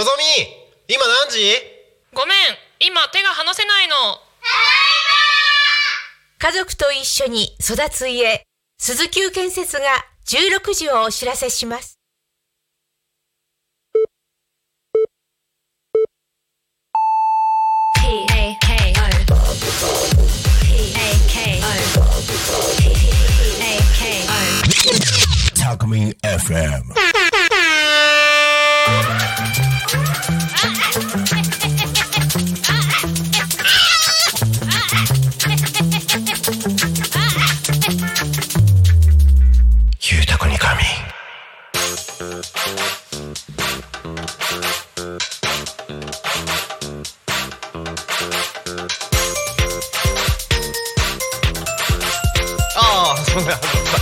ぞみ、今何時？ ごめん、今手が離せないの。 家族と一緒に育つ家、鈴木建設が16時をお知らせします。 タコミン FM。 ゆうたこに神。すいません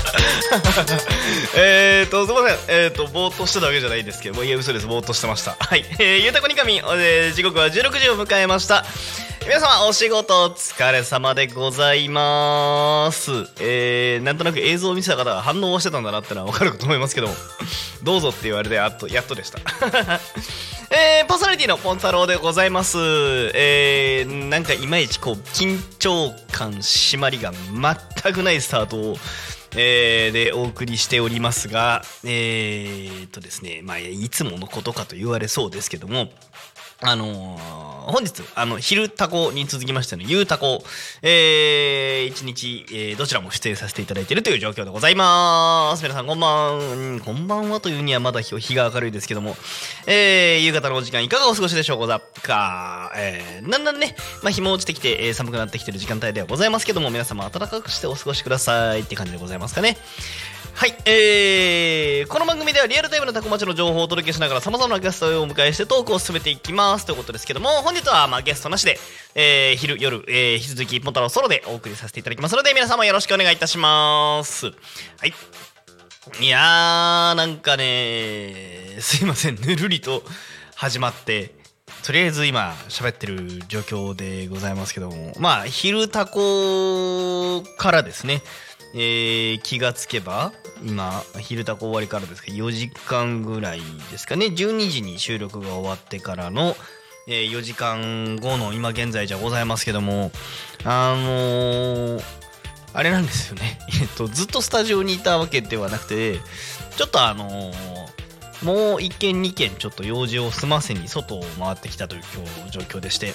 ぼーっとしてたわけじゃないですけども、いや嘘です、ぼーっとしてました。はい、ゆうたこに神、時刻は16時を迎えました。皆様お仕事お疲れ様でございます。なんとなく映像を見せた方が反応をしてたんだなってのは分かると思いますけどもどうぞって言われてやっとでしたパーソナリティのポン太郎でございます。なんかいまいちこう緊張感締まりが全くないスタートをでお送りしておりますが、ですね、まあいつものことかと言われそうですけども、本日昼タコに続きましてのゆうタコ、一日、どちらも出演させていただいているという状況でございます。皆さんこんばんはというにはまだ日が明るいですけども、夕方のお時間いかがお過ごしでしょうか。だんだんね、日も落ちてきて、寒くなってきている時間帯ではございますけども、皆様暖かくしてお過ごしくださいって感じでございますかね。はい、この番組ではリアルタイムのタコ町の情報をお届けしながら様々なゲストをお迎えしてトークを進めていきますということですけども、本日はゲストなしで、昼夜、引き続きポンタロウソロでお送りさせていただきますので、皆様よろしくお願いいたします。はい、いやーなんかね、すいません、ぬるりと始まってとりあえず今喋ってる状況でございますけども、昼タコからですね、気がつけば今昼タコ終わりからですけど4時間ぐらいですかね、12時に収録が終わってからの、4時間後の今現在じゃございますけども、あれなんですよねずっとスタジオにいたわけではなくて、ちょっともう1件2件ちょっと用事を済ませに外を回ってきたという今日状況でして、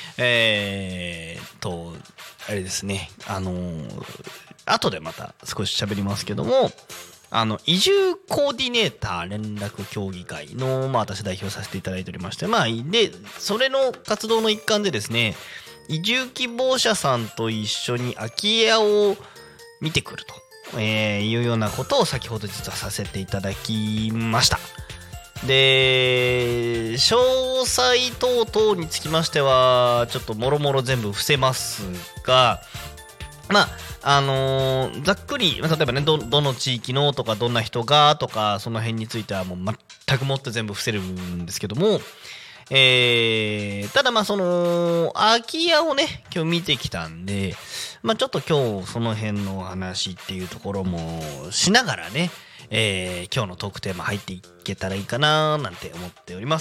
あれですね、後でまた少し喋りますけども、移住コーディネーター連絡協議会の、私代表させていただいておりまして、でそれの活動の一環でですね、移住希望者さんと一緒に空き家を見てくると、いうようなことを先ほど実はさせていただきました。で詳細等々につきましてはちょっともろもろ全部伏せますが、ざっくり、例えばね、どの地域のとかどんな人がとかその辺についてはもう全くもって全部伏せるんですけども、ただその空き家をね今日見てきたんで、ちょっと今日その辺の話っていうところもしながらね、今日のトークテーマ入っていけたらいいかななんて思っております。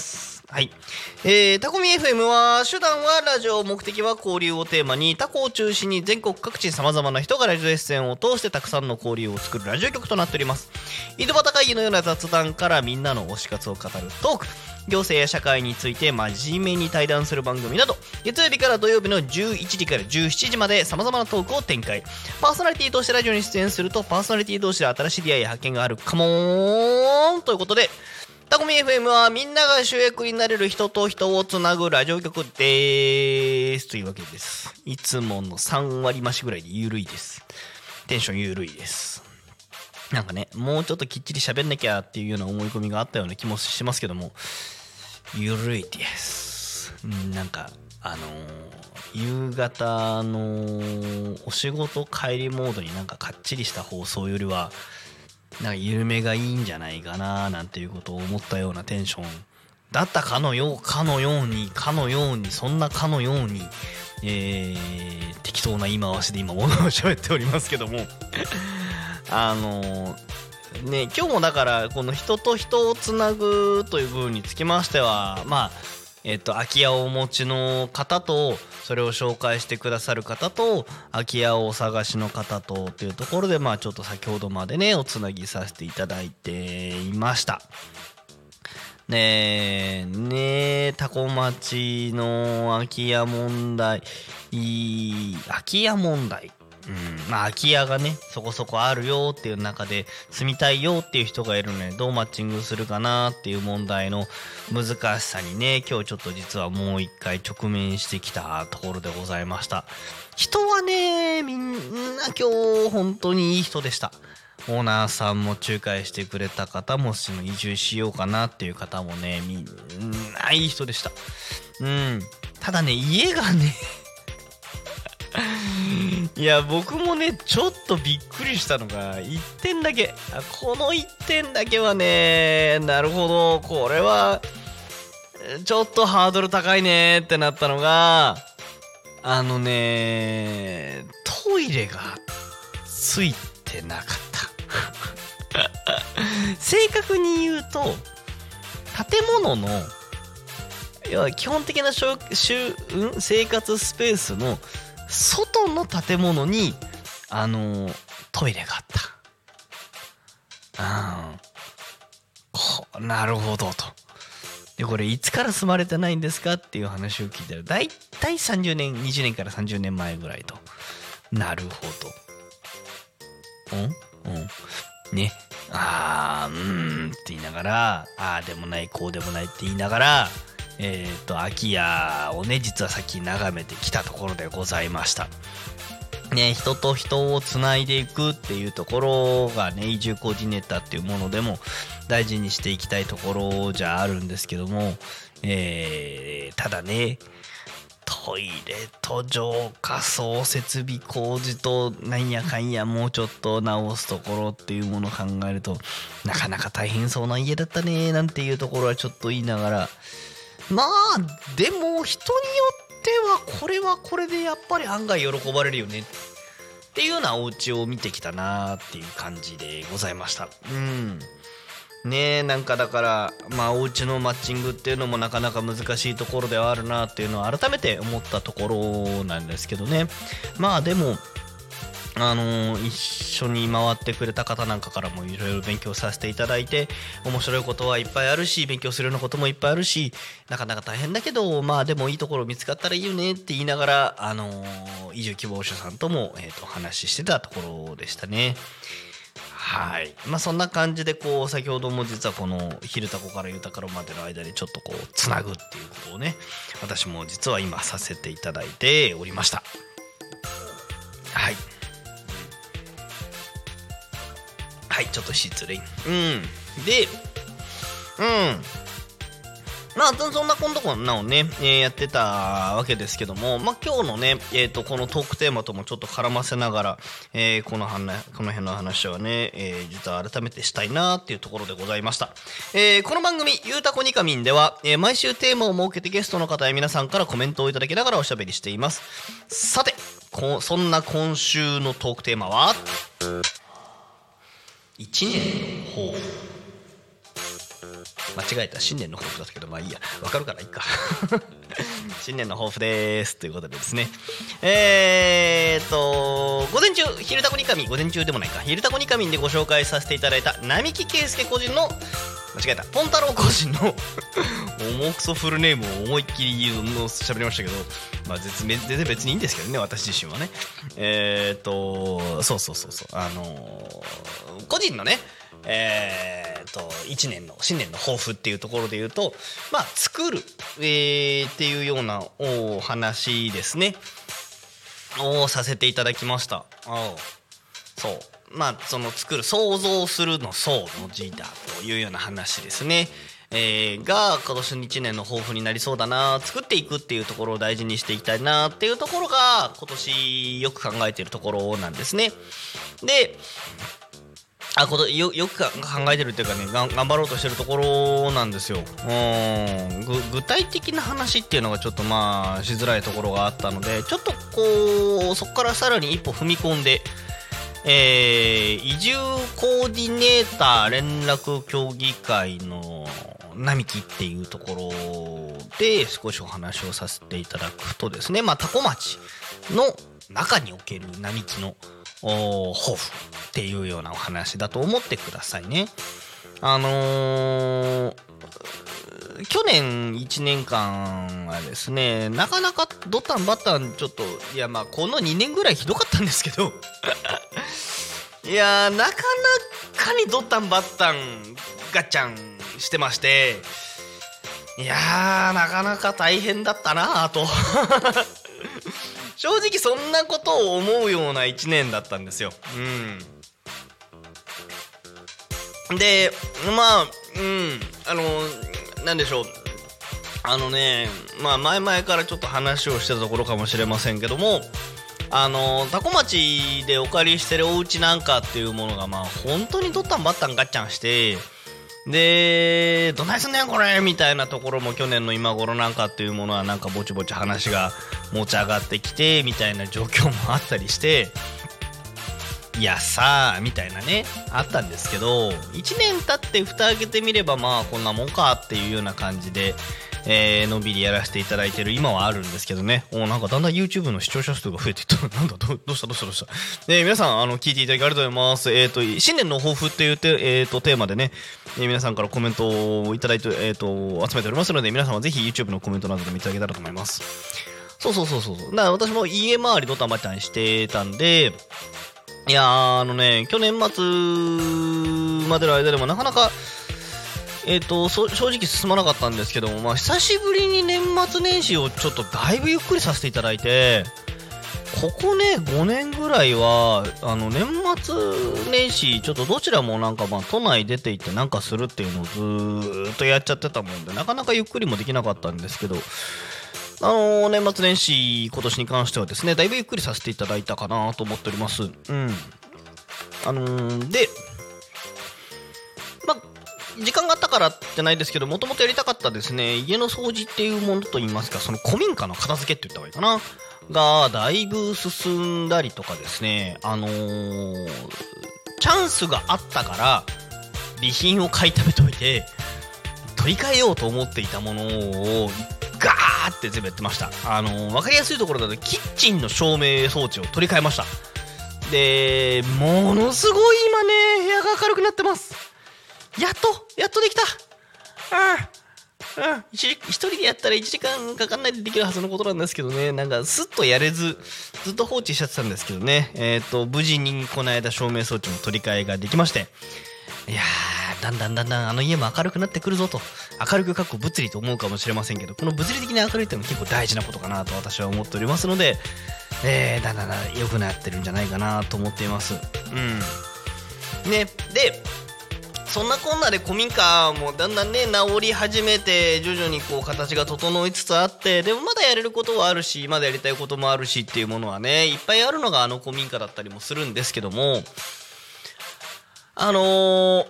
はい、タコミ FM は手段はラジオ、目的は交流をテーマにタコを中心に全国各地様々な人がラジオ出演を通してたくさんの交流を作るラジオ局となっております。井戸端会議のような雑談からみんなの推し活を語るトーク、行政や社会について真面目に対談する番組など、月曜日から土曜日の11時から17時まで様々なトークを展開。パーソナリティとしてラジオに出演するとパーソナリティ同士で新しい出会いや発見があるかもーんということで、タコミ FM はみんなが主役になれる人と人をつなぐラジオ局でーすというわけです。いつもの3割増しぐらいでゆるいです。テンションゆるいです。なんかね、もうちょっときっちり喋んなきゃっていうような思い込みがあったような気もしますけども、ゆるいです。なんか夕方のお仕事帰りモードになんかかっちりした放送よりはなんか緩めがいいんじゃないかななんていうことを思ったようなテンションだったかのようにそんなかのように、適当な言い回しで今物を喋っておりますけどもね、今日もだからこの人と人をつなぐという部分につきましては、まあ空き家をお持ちの方とそれを紹介してくださる方と空き家をお探しの方とっていうところで、まあちょっと先ほどまでねおつなぎさせていただいていましたね。タコ町の空き家問題、空き家問題、まあ空き家がねそこそこあるよっていう中で住みたいよっていう人がいるのでどうマッチングするかなっていう問題の難しさにね今日ちょっと実はもう一回直面してきたところでございました。人はねみんな今日本当にいい人でした。オーナーさんも仲介してくれた方も移住しようかなっていう方もねみんないい人でした。ただね家がねいや僕もねちょっとびっくりしたのが1点だけ、この1点だけはねなるほどこれはちょっとハードル高いねってなったのがトイレがついてなかった正確に言うと建物の基本的な生活スペースの外の建物にトイレがあった。なるほどと。でこれいつから住まれてないんですかっていう話を聞いたらだいたい30年20年から30年前ぐらいと。なるほどねって言いながらでもないこうでもないって言いながら空き家をね実はさっき眺めてきたところでございましたね。人と人をつないでいくっていうところがね移住コーディネーターっていうものでも大事にしていきたいところじゃあるんですけども、ただねトイレと浄化槽設備工事となんやかんやもうちょっと直すところっていうものを考えるとなかなか大変そうな家だったねなんていうところはちょっと言いながら、まあでも人によってはこれはこれでやっぱり案外喜ばれるよねっていうようなお家を見てきたなっていう感じでございました。なんかだからお家のマッチングっていうのもなかなか難しいところではあるなっていうのは改めて思ったところなんですけどね。でも一緒に回ってくれた方なんかからもいろいろ勉強させていただいて面白いことはいっぱいあるし勉強するようなこともいっぱいあるしなかなか大変だけどでもいいところ見つかったらいいよねって言いながら移住希望者さんともお話ししてたところでしたね。はい、そんな感じで先ほども実はこの昼タコからゆたかろまでの間にちょっとつなぐっていうことをね私も実は今させていただいておりました。はいちょっと失礼。でそんなこんなをね、やってたわけですけども、今日のね、このトークテーマともちょっと絡ませながら、この辺の話はね、実は改めてしたいなっていうところでございました。この番組ゆうたこにかみんでは、毎週テーマを設けてゲストの方や皆さんからコメントをいただきながらおしゃべりしています。さてそんな今週のトークテーマは1年の抱負。間違えた新年の抱負だったけどいいやわかるからいいか新年の抱負ですということでですね午前中昼タコニカミン午前中でもないか昼タコニカミンでご紹介させていただいた並木圭介個人の間違えたポンタロウ個人の重くそフルネームを思いっきり喋りましたけど全然別にいいんですけどね私自身はねそう個人のね新年の抱負っていうところで言うと作る、っていうようなお話ですねをさせていただきました。そうその作る想像するの想の字だというような話ですね、が今年の1年の抱負になりそうだな。作っていくっていうところを大事にしていきたいなっていうところが今年よく考えているところなんですね。でよく考えてるっていうかね頑張ろうとしてるところなんですよ。具体的な話っていうのがちょっとしづらいところがあったのでちょっとそこからさらに一歩踏み込んで移住コーディネーター連絡協議会の並木っていうところで少しお話をさせていただくとですね、多古町の中における並木の抱負っていうようなお話だと思ってくださいね。去年1年間はですね、なかなかドタンバタンちょっと、いやこの2年ぐらいひどかったんですけどいやなかなかにドタンバタンガッチャンしてまして、いやなかなか大変だったなぁと正直そんなことを思うような1年だったんですよ。でなんでしょう、前々からちょっと話をしてたところかもしれませんけども、多古町でお借りしてるお家なんかっていうものが本当にドッタンバッタンガッチャンして、でどないすんねんこれみたいなところも去年の今頃なんかっていうものはなんかぼちぼち話が持ち上がってきてみたいな状況もあったりして、いやさあみたいなねあったんですけど、1年経って蓋開けてみればこんなもんかっていうような感じで、のんびりやらせていただいてる今はあるんですけどね。なんかだんだん YouTube の視聴者数が増えていった。なんだどうした皆さん聞いていただきありがとうございます。新年の抱負っていうテーマでね、皆さんからコメントをいただいて、集めておりますので、皆さんはぜひ YouTube のコメントなどで見ていただけたらと思います。そうだから私も家回りドタバタにしてたんで、いや去年末までの間でもなかなか正直進まなかったんですけども、久しぶりに年末年始をちょっとだいぶゆっくりさせていただいて、ここね5年ぐらいは年末年始ちょっとどちらもなんか都内出て行ってなんかするっていうのをずーっとやっちゃってたもんで、なかなかゆっくりもできなかったんですけど、年末年始今年に関してはですね、だいぶゆっくりさせていただいたかなと思っております。で時間があったからじゃないですけど、もともとやりたかったですね、家の掃除っていうものといいますか、その古民家の片付けって言った方がいいかながだいぶ進んだりとかですね、チャンスがあったから備品を買いためといて取り替えようと思っていたものをガーって全部やってました。分かりやすいところだとキッチンの照明装置を取り替えました。でものすごい今ね部屋が明るくなってます。やっとできた。一人でやったら1時間かかんないでできるはずのことなんですけどね、なんかスッとやれずずっと放置しちゃってたんですけどね、無事にこの間照明装置の取り替えができまして、いやーだんだん家も明るくなってくるぞと、明るくかっこ物理と思うかもしれませんけど、この物理的に明るいっていうのも結構大事なことかなと私は思っておりますので、だんだん良くなってるんじゃないかなと思っています。でそんなこんなで古民家もだんだんね治り始めて、徐々にこう形が整いつつあって、でもまだやれることはあるし、まだやりたいこともあるしっていうものはねいっぱいあるのが古民家だったりもするんですけども、4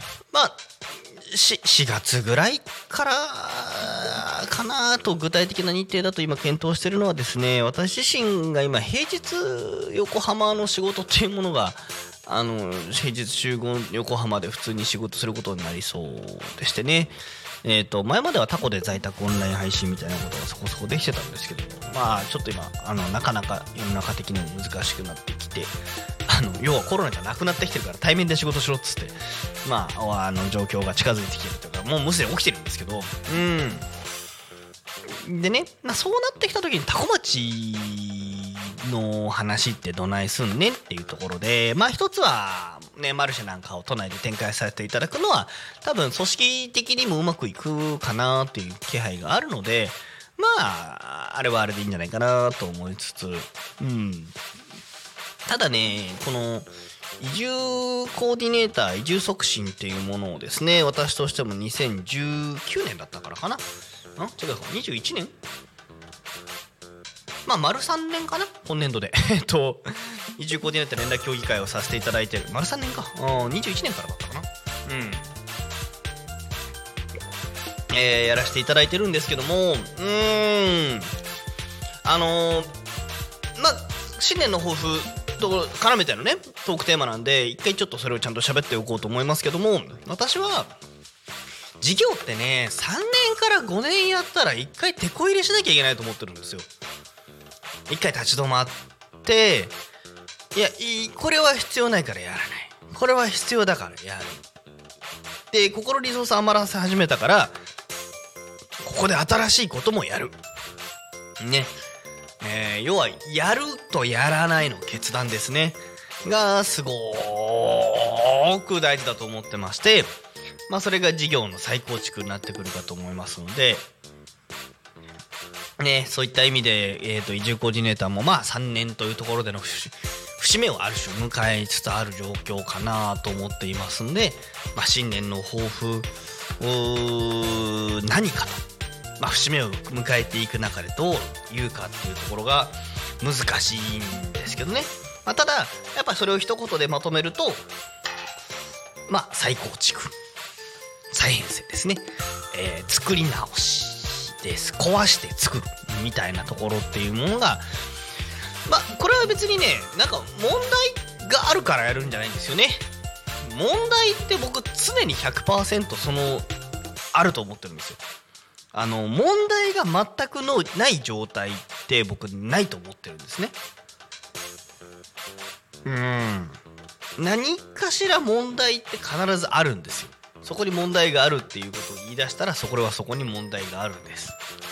月ぐらいからかなと具体的な日程だと今検討しているのはですね、私自身が今平日横浜の仕事っていうものが平日集合横浜で普通に仕事することになりそうでしてね、前まではタコで在宅オンライン配信みたいなことがそこそこできてたんですけど、ちょっと今なかなか世の中的にも難しくなってきて、要はコロナじゃなくなってきてるから対面で仕事しろっつって状況が近づいてきてるというか、もうむすでに起きてるんですけど、でね、そうなってきた時に多古町の話ってどないすんねんっていうところで、一つはねマルシェなんかを都内で展開させていただくのは多分組織的にもうまくいくかなっていう気配があるので、あれはあれでいいんじゃないかなと思いつつ、ただねこの移住コーディネーター移住促進っていうものをですね、私としても2019年だったからかな、違うか21年丸3年かな今年度で移住コーディネーター連絡協議会をさせていただいてる丸3年か21年からだったかな、やらせていただいてるんですけども、新年の抱負と絡めてのねトークテーマなんで、一回ちょっとそれをちゃんと喋っておこうと思いますけども、私は事業ってね3年から5年やったら一回テこ入れしなきゃいけないと思ってるんですよ。一回立ち止まって、いやこれは必要ないからやらない、これは必要だからやるで、心リソース余らせ始めたからここで新しいこともやるね、要はやるとやらないの決断ですねがすごく大事だと思ってまして、それが事業の再構築になってくるかと思いますのでね、そういった意味で、移住コーディネーターも3年というところでの節目をある種迎えつつある状況かなと思っていますんで、新年の抱負何かと、節目を迎えていく中でどう言うかっていうところが難しいんですけどね、ただやっぱりそれを一言でまとめると再構築、再編成ですね、作り直しです。壊して作るみたいなところっていうものがこれは別にねなんか問題があるからやるんじゃないんですよね。問題って僕常に 100% あると思ってるんですよ。問題が全くない状態って僕ないと思ってるんですね。何かしら問題って必ずあるんですよ。そこに問題があるっていうことを言い出したらそこに問題があるんです。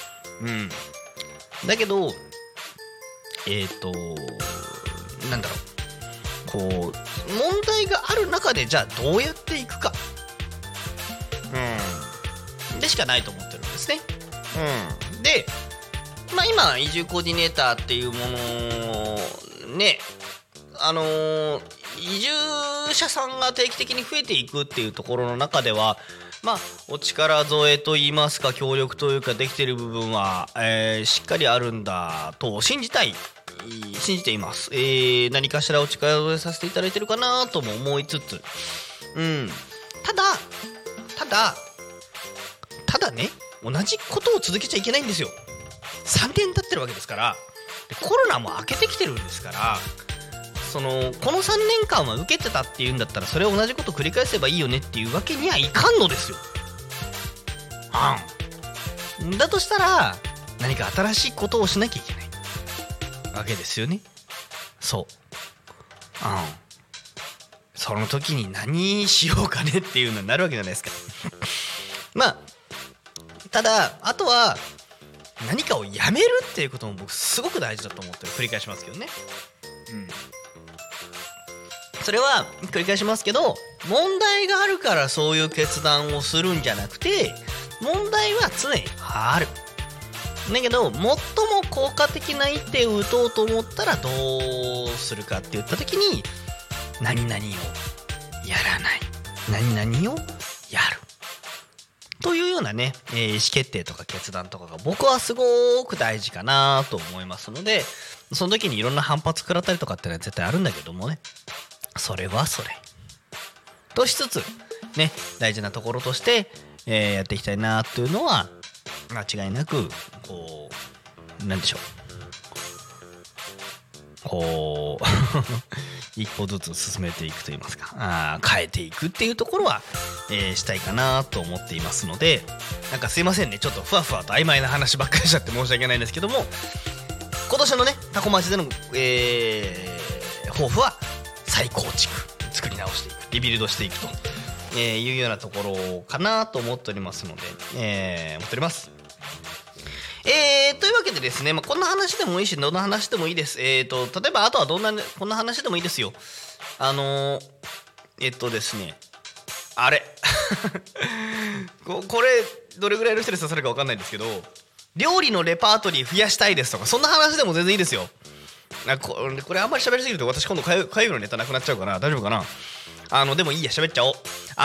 だけどなんだろう、問題がある中でじゃあどうやっていくかでしかないと思ってるんですね。で今移住コーディネーターっていうものね、移住者さんが定期的に増えていくっていうところの中ではお力添えといいますか協力というかできている部分は、しっかりあるんだと信じています。何かしらお力添えさせていただいてるかなとも思いつつ、ただね同じことを続けちゃいけないんですよ。3年経ってるわけですから、コロナも明けてきてるんですから、この3年間は受けてたっていうんだったらそれを同じことを繰り返せばいいよねっていうわけにはいかんのですよ。だとしたら何か新しいことをしなきゃいけないわけですよね。その時に何しようかねっていうのになるわけじゃないですか。ただあとは何かをやめるっていうことも僕すごく大事だと思って繰り返しますけどね。それは繰り返しますけど、問題があるからそういう決断をするんじゃなくて、問題は常にある。だけど最も効果的な一手を打とうと思ったらどうするかって言った時に、何々をやらない、何々をやるというようなね、意思決定とか決断とかが僕はすごく大事かなと思いますので、その時にいろんな反発食らったりとかってのは絶対あるんだけどもね、それはそれとしつつね、大事なところとして、やっていきたいなというのは間違いなくなんでしょう一歩ずつ進めていくといいますか、変えていくっていうところは、したいかなと思っていますので、なんかすいませんね、ちょっとふわふわと曖昧な話ばっかりしちゃって申し訳ないんですけども、今年のねタコ町での、抱負は再構築、作り直していく、リビルドしていくと、いうようなところかなと思っておりますので、思っております。というわけでですね、こんな話でもいいしどんな話でもいいです。例えばあとはこんな話でもいいですよ。ですね、あれこれどれぐらいの人に刺さるか分かんないんですけど、料理のレパートリー増やしたいですとか、そんな話でも全然いいですよ。これあんまり喋りすぎると私今度火曜日のネタなくなっちゃうから大丈夫かな。でもいいや、喋っちゃおう。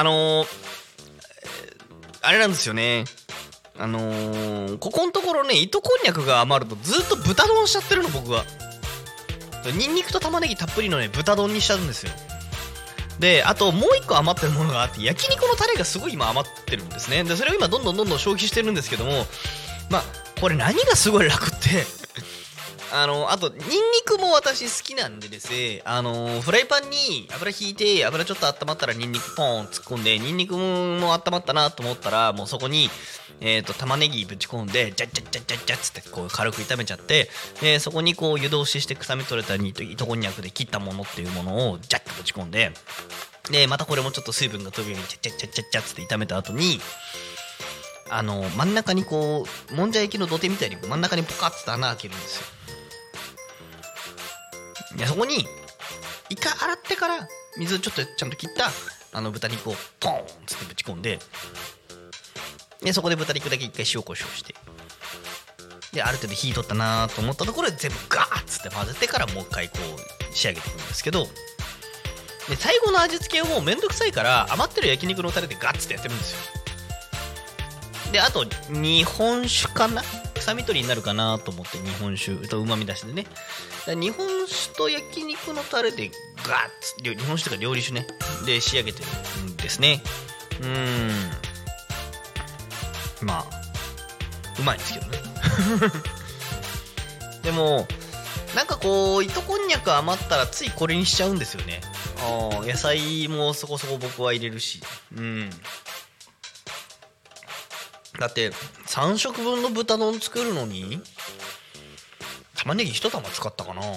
あれなんですよね、ここのところね、糸こんにゃくが余るとずっと豚丼しちゃってるの。僕はニンニクと玉ねぎたっぷりのね豚丼にしちゃうんですよ。であともう一個余ってるものがあって、焼肉のタレがすごい今余ってるんですね。でそれを今どんどん消費してるんですけども、これ何がすごい楽ってあとニンニクも私好きなんでですね、フライパンに油ひいて油ちょっと温まったらニンニクポーン突っ込んで、ニンニクも温まったなと思ったらもうそこに玉ねぎぶち込んでジャッジャッジャッジャッジャッつってこう軽く炒めちゃって、そこにこう湯通しして臭み取れた糸こんにゃくで切ったものっていうものをジャッとぶち込んで、でまたこれもちょっと水分が飛ぶようにチャッチャッチャッチャッチャッつって炒めた後に真ん中にこうもんじゃ焼きの土手みたいに真ん中にポカッと穴開けるんですよ。でそこに一回洗ってから水ちょっとちゃんと切った豚肉をポーンつってぶち込んで、でそこで豚肉だけ一回塩コショウして、である程度火取ったなと思ったところで全部ガーッつって混ぜてからもう一回こう仕上げていくんですけど、で最後の味付けをもうめんどくさいから余ってる焼肉のタレでガッツってやってるんですよ。であと日本酒かな、臭み取りになるかなと思って日本酒とうまみ出しでね、日本酒と焼肉のタレでガッツ、日本酒とか料理酒ねで仕上げてるんですね。まあうまいんですけどねでもなんかこう糸こんにゃく余ったらついこれにしちゃうんですよね。野菜もそこそこ僕は入れるし、だって3食分の豚丼作るのに玉ねぎ1玉使ったかな。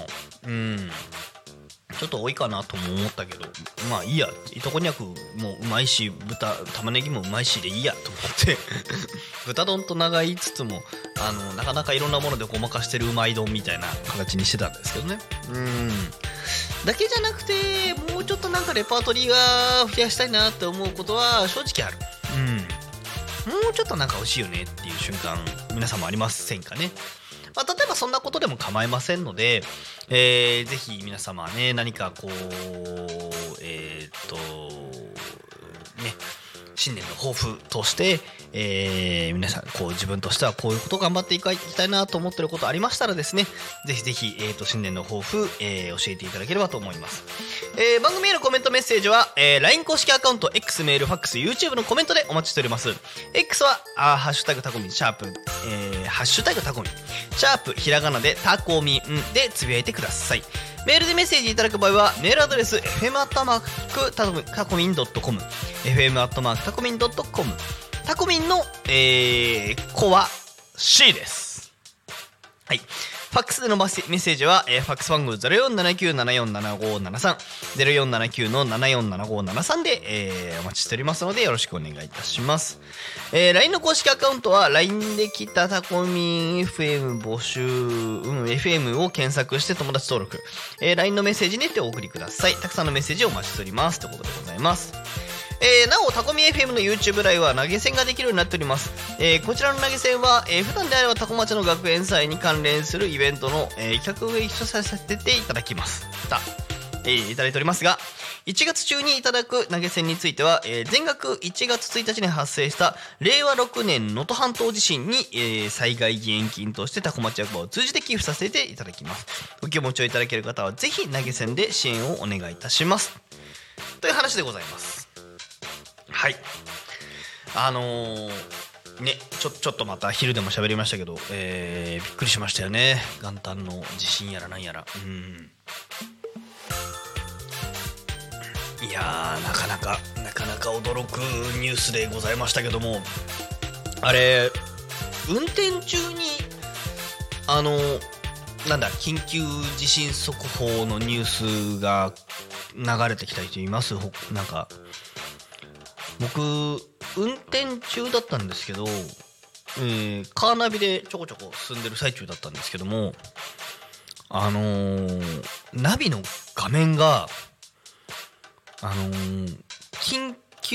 ちょっと多いかなとも思ったけど、まあいいや、糸こんにゃくもうまいし玉ねぎもうまいしでいいやと思って豚丼と長いつつもなかなかいろんなものでごまかしてるうまい丼みたいな形にしてたんですけどね。だけじゃなくてもうちょっとなんかレパートリーが増やしたいなって思うことは正直ある。もうちょっとなんか欲しいよねっていう瞬間皆さんもありませんかね。例えばそんなことでも構いませんので、ぜひ皆様ね何かこう新年の抱負として、皆さんこう自分としてはこういうことを頑張っていきたいなと思ってることありましたらですね、ぜひぜひ、新年の抱負、教えていただければと思います。番組へのコメントメッセージは、LINE 公式アカウント X メールファックス YouTube のコメントでお待ちしております。 X はハッシュタグタコミンシャープハッシュタグタコミンシャープひらがなでタコミンでつぶやいてください。メールでメッセージいただく場合はメールアドレス fm@tacomin.com fm@tacomin.com タコミンの、子は C です。はい。ファックスでのメッセージは、ファックス番号 0479747573 0479-747573 で、お待ちしておりますのでよろしくお願いいたします。LINE の公式アカウントは LINE で来たタコミン FM 募集、FM を検索して友達登録、LINE のメッセージにてお送りください。たくさんのメッセージをお待ちしておりますということでございます。なおタコミ FM の YouTube ライブは投げ銭ができるようになっております。こちらの投げ銭は、普段であればタコ町の学園祭に関連するイベントの、企画を一緒させていただきますいただいておりますが、1月中にいただく投げ銭については、全額1月1日に発生した令和6年能登半島地震に、災害義援金としてタコ町役場を通じて寄付させていただきます。お気持ちをいただける方はぜひ投げ銭で支援をお願いいたしますという話でございます。はい。ね、ちょっとまた昼でも喋りましたけど、びっくりしましたよね。元旦の地震やらなんやら。いやー、なかなか驚くニュースでございましたけども、あれ運転中に緊急地震速報のニュースが流れてきた人います？なんか僕運転中だったんですけど、カーナビでちょこちょこ進んでる最中だったんですけども、ナビの画面が緊急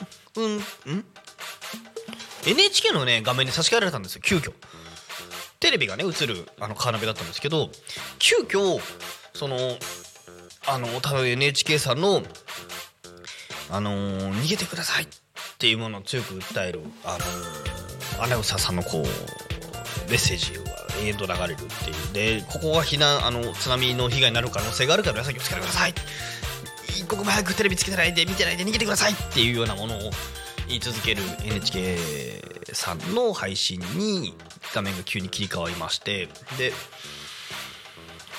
NHK のね画面に差し替えられたんですよ。急遽テレビがね映るカーナビだったんですけど、急遽多分 NHK さんの逃げてくださいっていうものを強く訴えるアナウンサーさんのこうメッセージが延々と流れるっていうで、ここが津波の被害になる可能性があるから皆さん気をつけてください、一刻も早くテレビつけてないで見てないで逃げてくださいっていうようなものを言い続ける NHK さんの配信に画面が急に切り替わりまして、で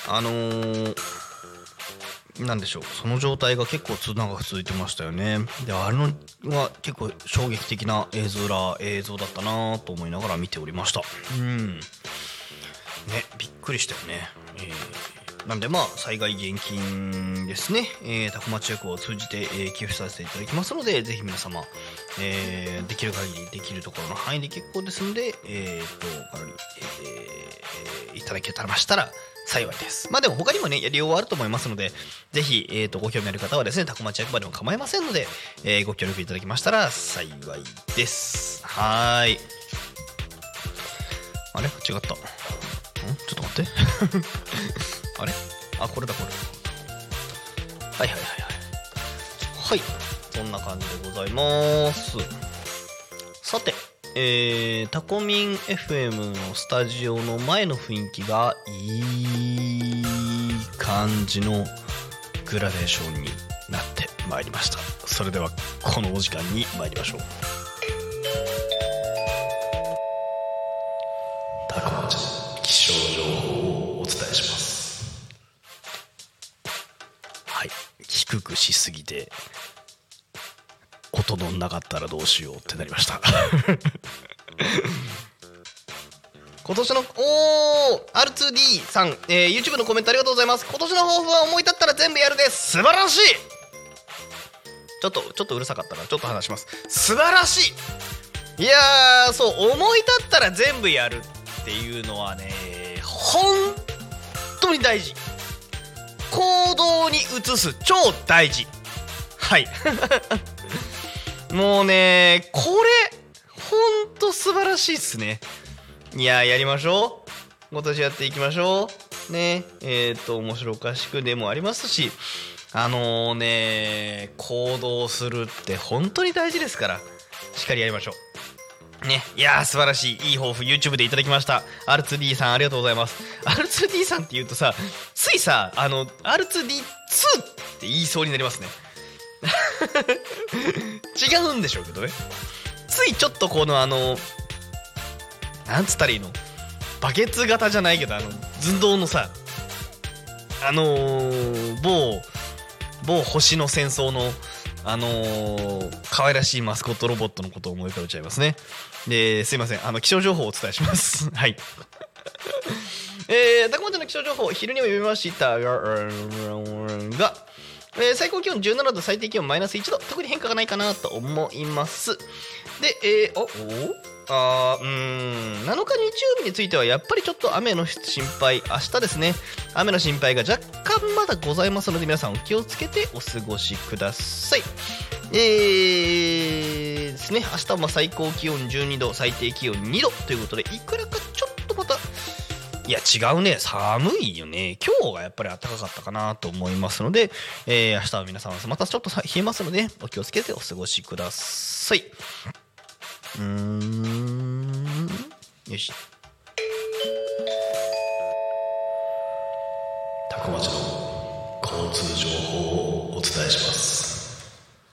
なんでしょう、その状態が結構長く続いてましたよね。であれのは結構衝撃的な映像だったなと思いながら見ておりました。ね、びっくりしたよね。なんで災害現金ですね、タコ町役を通じて、寄付させていただきますので、ぜひ皆様、できる限りできるところの範囲で結構ですので、いただけたらましたら幸いです。でも他にもねやりようはあると思いますので、ぜひ、ご興味ある方はですね、タコ町役場でも構いませんので、ご協力いただきましたら幸いです。はい。あれ違った。ちょっと待ってあれこれだ。はいそんな感じでございます。さて、タコミン FM のスタジオの前の雰囲気がいい感じのグラデーションになってまいりました。それではこのお時間に参りましょう。タコ町気象情報をお伝えします。はい、低くしすぎて音のなかったらどうしようってなりました今年のR2D さん、YouTube のコメントありがとうございます。今年の抱負は思い立ったら全部やるです。素晴らしい。ちょっとうるさかったな。ちょっと話します。素晴らしい。いやー、そう思い立ったら全部やるっていうのはね、本当に大事。行動に移す超大事。はいもうね、これほんと素晴らしいっすね。いや、やりましょう。今年やっていきましょうね。面白おかしくでもありますし、行動するって本当に大事ですから、しっかりやりましょうね。いやー、素晴らしい、いい抱負 YouTube でいただきました。 R2D さんありがとうございます。 R2D さんって言うとさ、ついさR2D2 って言いそうになりますね違うんでしょうけどね。ついちょっとこのなんつったらいいの、バケツ型じゃないけど寸胴のさ、某星の戦争の可愛らしいマスコットロボットのことを思い浮かべちゃいますね。ですいません、気象情報をお伝えしますはいタコ町の気象情報、昼にも読みましたが、最高気温17度、最低気温マイナス1度、特に変化がないかなと思います。で、7日日曜日についてはやっぱりちょっと雨の心配、明日ですね、雨の心配が若干まだございますので、皆さんお気をつけてお過ごしください。ですね、明日も最高気温12度、最低気温2度ということで、いくらかちょっとまた、いや違うね、寒いよね。今日がやっぱり暖かかったかなと思いますので、明日は皆さんまたちょっと冷えますので、お気をつけてお過ごしください。よし。タコ町の交通情報をお伝えします。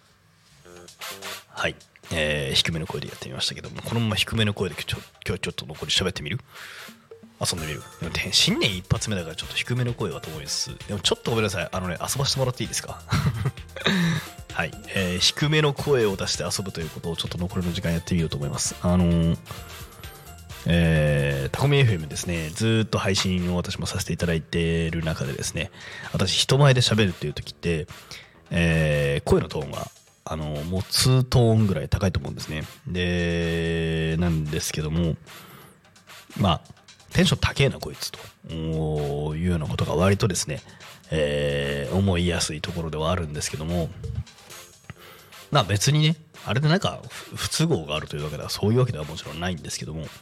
はい、低めの声でやってみましたけども、このまま低めの声で今日ちょっと残り喋ってみる？遊んでみる？でも新年一発目だからちょっと低めの声はと思います。でもちょっとごめんなさい、遊ばせてもらっていいですかはい、低めの声を出して遊ぶということをちょっと残りの時間やってみようと思います。タコミ FM ですね、ずっと配信を私もさせていただいている中でですね、私人前で喋るっていう時って、声のトーンがもう2トーンぐらい高いと思うんですね。でなんですけども、テンション高えなこいつというようなことが割とですね、思いやすいところではあるんですけども、別にね、あれでなんか不都合があるというわけでは、そういうわけではもちろんないんですけども、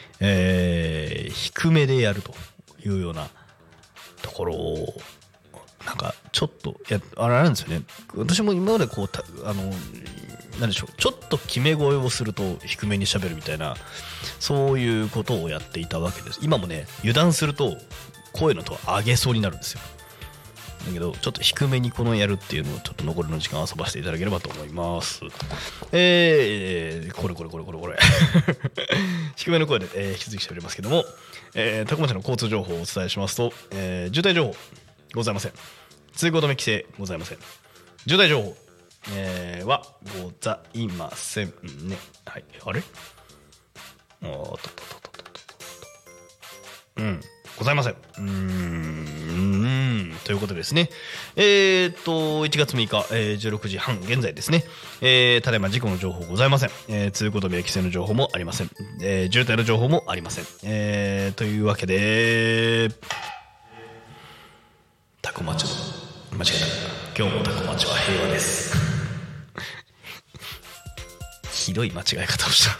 低めでやるというようなところをなんかちょっとあれなんですよね。私も今までこうなんでしょう、ちょっと決め声をすると低めに喋るみたいな、そういうことをやっていたわけです。今もね、油断すると声のトーン上げそうになるんですよ。 だけどちょっと低めにこのやるっていうのをちょっと残りの時間遊ばせていただければと思います。これ低めの声で、引き続きしておりますけども、多古町の交通情報をお伝えしますと、渋滞情報ございません。通行止め規制ございません。渋滞情報、はございませんね。はい、あれございません。ということですね。1月6日、16時半現在ですね。ただいま事故の情報ございません。通行止め規制の情報もありません。渋滞の情報もありません。というわけで、タコ町の間違えた。今日もタコ町は平和です。ひどい間違え方をした。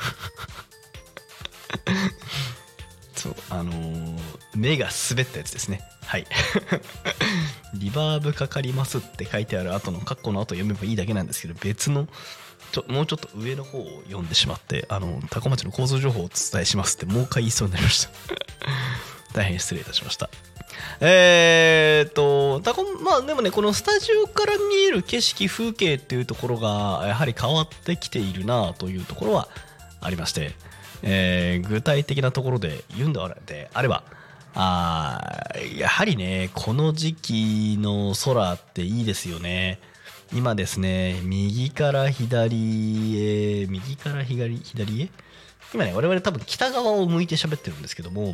そう目が滑ったやつですね。はいリバーブかかりますって書いてある後のカッコの後読めばいいだけなんですけど、別のもうちょっと上の方を読んでしまって、多古町の交通情報をお伝えしますってもう一回言いそうになりました大変失礼いたしました。まあでもね、このスタジオから見える景色風景っていうところがやはり変わってきているなというところはありまして、具体的なところで言うんであれば、やはりね、この時期の空っていいですよね。今ですね、右から左へ今ね、我々多分北側を向いて喋ってるんですけども、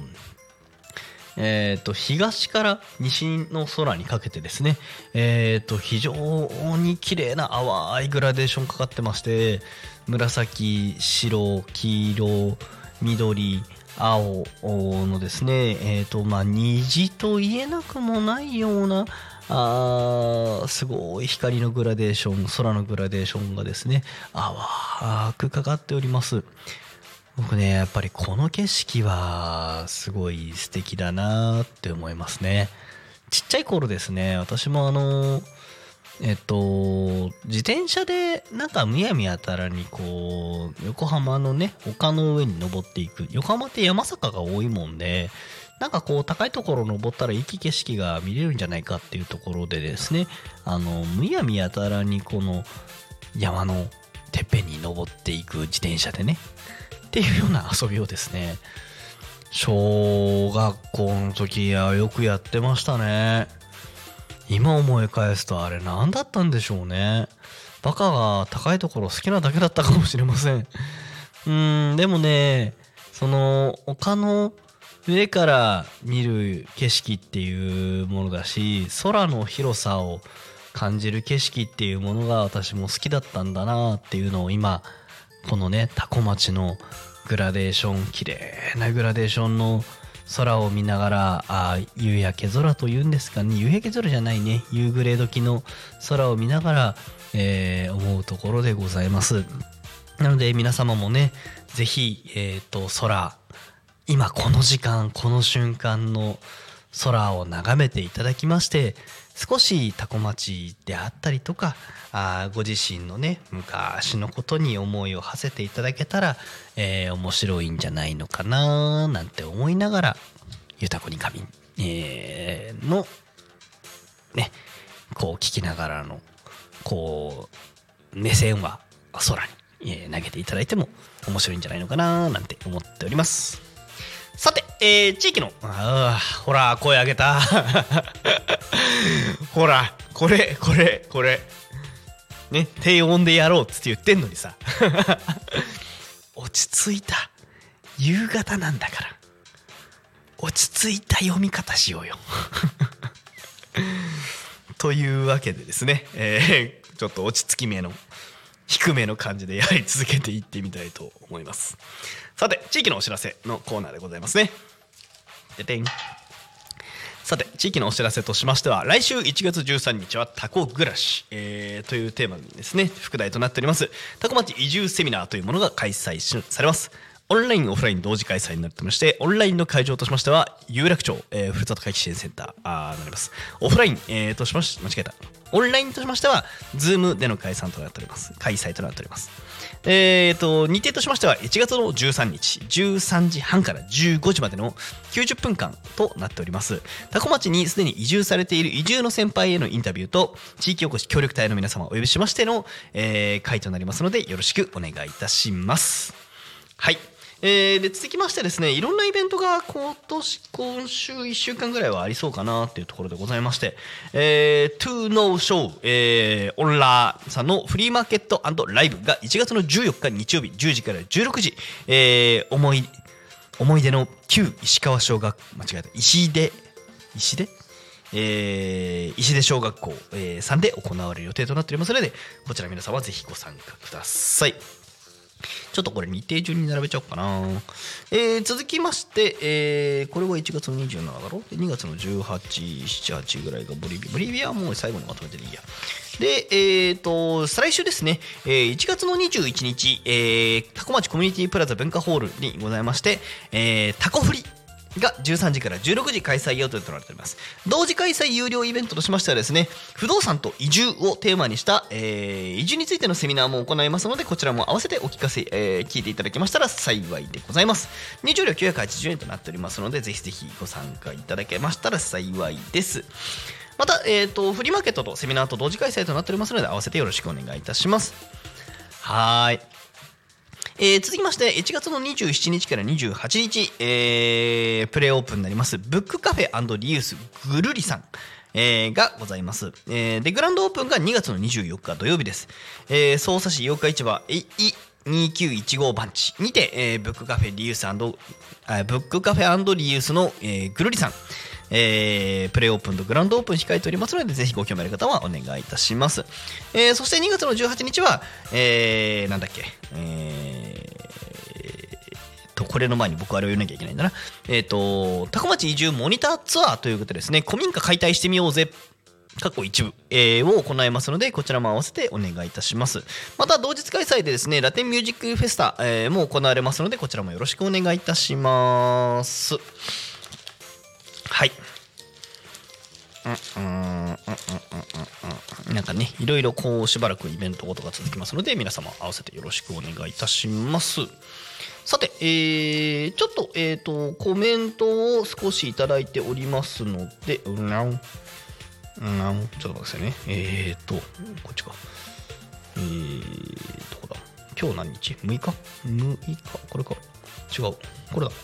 東から西の空にかけてですね、非常に綺麗な淡いグラデーションかかってまして、紫、白、黄色、緑、青のですね、虹と言えなくもないようなすごい光のグラデーション、空のグラデーションがですね、淡くかかっております。僕ね、やっぱりこの景色はすごい素敵だなって思いますね。ちっちゃい頃ですね、私も自転車でなんかむやみやたらにこう横浜のね丘の上に登っていく、横浜って山坂が多いもんで、なんかこう高いところ登ったらいい景色が見れるんじゃないかっていうところでですね、むやみやたらにこの山のてっぺんに登っていく自転車でねっていうような遊びをですね、小学校の時はよくやってましたね。今思い返すとあれ何だったんでしょうね。バカが高いところ好きなだけだったかもしれません。でもね、その丘の上から見る景色っていうものだし、空の広さを感じる景色っていうものが私も好きだったんだなっていうのを今このね多古町のグラデーション、綺麗なグラデーションの空を見ながら、夕焼け空というんですかね、夕焼け空じゃないね、夕暮れ時の空を見ながら、思うところでございます。なので皆様もね、ぜひ、空、今この時間この瞬間の空を眺めていただきまして、少し多古町であったりとか、ご自身のね昔のことに思いを馳せていただけたら、面白いんじゃないのかななんて思いながら、ゆたこに神、のねこう聞きながらのこう目線は空に、投げていただいても面白いんじゃないのかななんて思っております。さて、地域のほら声上げたほらこれね、低音でやろうって言ってんのにさ落ち着いた夕方なんだから落ち着いた読み方しようよというわけでですね、ちょっと落ち着き目の低めの感じでやり続けていってみたいと思います。さて、地域のお知らせのコーナーでございますね。でてん。さて、地域のお知らせとしましては、来週1月13日はタコ暮らし、というテーマにですね、副題となっておりますタコ町移住セミナーというものが開催されます。オンラインオフライン同時開催になってまして、オンラインの会場としましては有楽町、ふるさと回帰支援センターになります。オフライン、としまして間違えたオンラインとしましては Zoom での開催となっております。日程としましては1月の13日13時半から15時までの90分間となっております。多古町にすでに移住されている移住の先輩へのインタビューと地域おこし協力隊の皆様をお呼びしましての、会となりますのでよろしくお願いいたします。はい。で続きましてですね、いろんなイベントが今週1週間ぐらいはありそうかなっていうところでございまして、To No Show、オンラーさんのフリーマーケット&ライブが1月の14日日曜日10時から16時、思い出の旧石川小学石出小学校、さんで行われる予定となっておりますので、こちら皆様ぜひご参加ください。ちょっとこれ日程順に並べちゃおうかな。続きまして、これは1月の27だろで2月の18、7、8ぐらいがボリビアはもう最後にまとめてでいいや。で、再来週ですね、1月の21日、多古町コミュニティプラザ文化ホールにございまして、タコフリが13時から16時開催予定となっております。同時開催有料イベントとしましてはですね、不動産と移住をテーマにした、移住についてのセミナーも行いますので、こちらも合わせてお聞かせ、聞いていただけましたら幸いでございます。入場料980円となっておりますので、ぜひぜひご参加いただけましたら幸いです。また、フリーマーケットとセミナーと同時開催となっておりますので、合わせてよろしくお願いいたします。はい。続きまして1月の27日から28日、プレオープンになりますブックカフェ&リユースぐるりさん、がございます。でグランドオープンが2月の24日土曜日です。匝瑳市八日市場2915番地にて、ブックカフェ&リユースの、ぐるりさん、プレオープンとグランドオープン控えておりますので、ぜひご興味ある方はお願いいたします。そして2月の18日は、これの前に僕あれを言わなきゃいけないんだな。多古町移住モニターツアーということでですね、古民家解体してみようぜ過去一部、を行いますので、こちらも合わせてお願いいたします。また同日開催でですね、ラテンミュージックフェスタ、も行われますので、こちらもよろしくお願いいたします。はい。なんかね、いろいろこうしばらくイベントごとが続きますので、皆様合わせてよろしくお願いいたします。さて、ちょっとコメントを少しいただいておりますので、ちょっと待ってくださいね。こっちか。どこだ。今日何日 ?6 日 ?6 日これか。違う。これだ。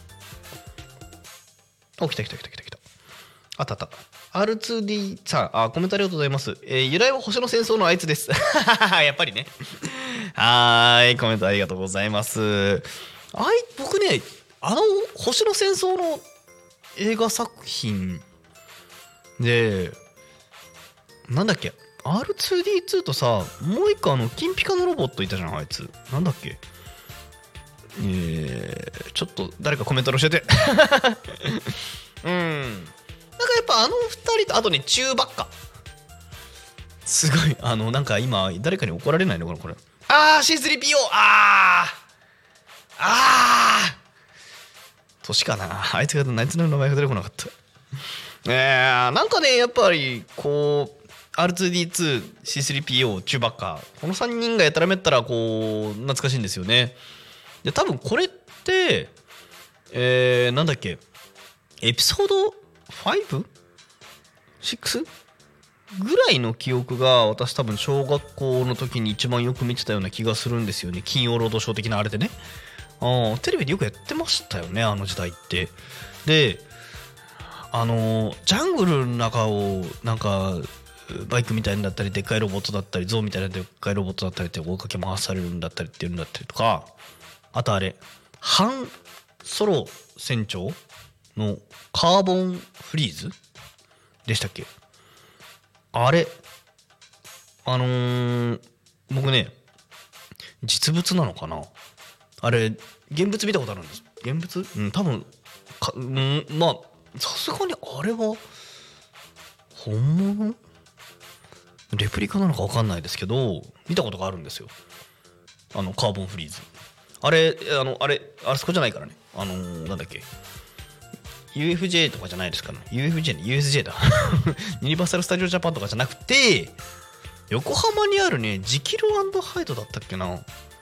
来た。あった。R2D さん、コメントありがとうございます。由来は星の戦争のあいつです。やっぱりね。コメントありがとうございます。僕ね、星の戦争の映画作品で、なんだっけ、R2D2 とさ、もう一個金ピカのロボットいたじゃん、あいつ。なんだっけ。ちょっと誰かコメント教えて。なんかやっぱ二人と、あとね、チューバッカ。すごい、なんか今、誰かに怒られないのかな、これ。C3PO! 年かな。あいつの名前が出てこなかった。なんかね、やっぱり、こう、R2D2、C3PO、チューバッカ。この3人がやたらめったら、こう、懐かしいんですよね。で、多分これって、なんだっけ、エピソード 5?6? ぐらいの記憶が私多分小学校の時に一番よく見てたような気がするんですよね。金曜ロードショー的なあれでね。テレビでよくやってましたよね、あの時代って。で、ジャングルの中をなんかバイクみたいになったりでっかいロボットだったりゾウみたいなでっかいロボットだったりって追いかけ回されるんだったりっていうんだったりとか、あとあれハンソロ船長のカーボンフリーズでしたっけ。あれ僕ね、実物なのかな、あれ現物見たことあるんです。現物、多分まあさすがにあれは本物レプリカなのか分かんないですけど、見たことがあるんですよ、カーボンフリーズ。あれそこじゃないからね、なんだっけ、 UFJ とかじゃないですかね。UFJ ね、USJ だ。ユニバーサル・スタジオ・ジャパンとかじゃなくて、横浜にあるね、ジキル&ハイドだったっけな。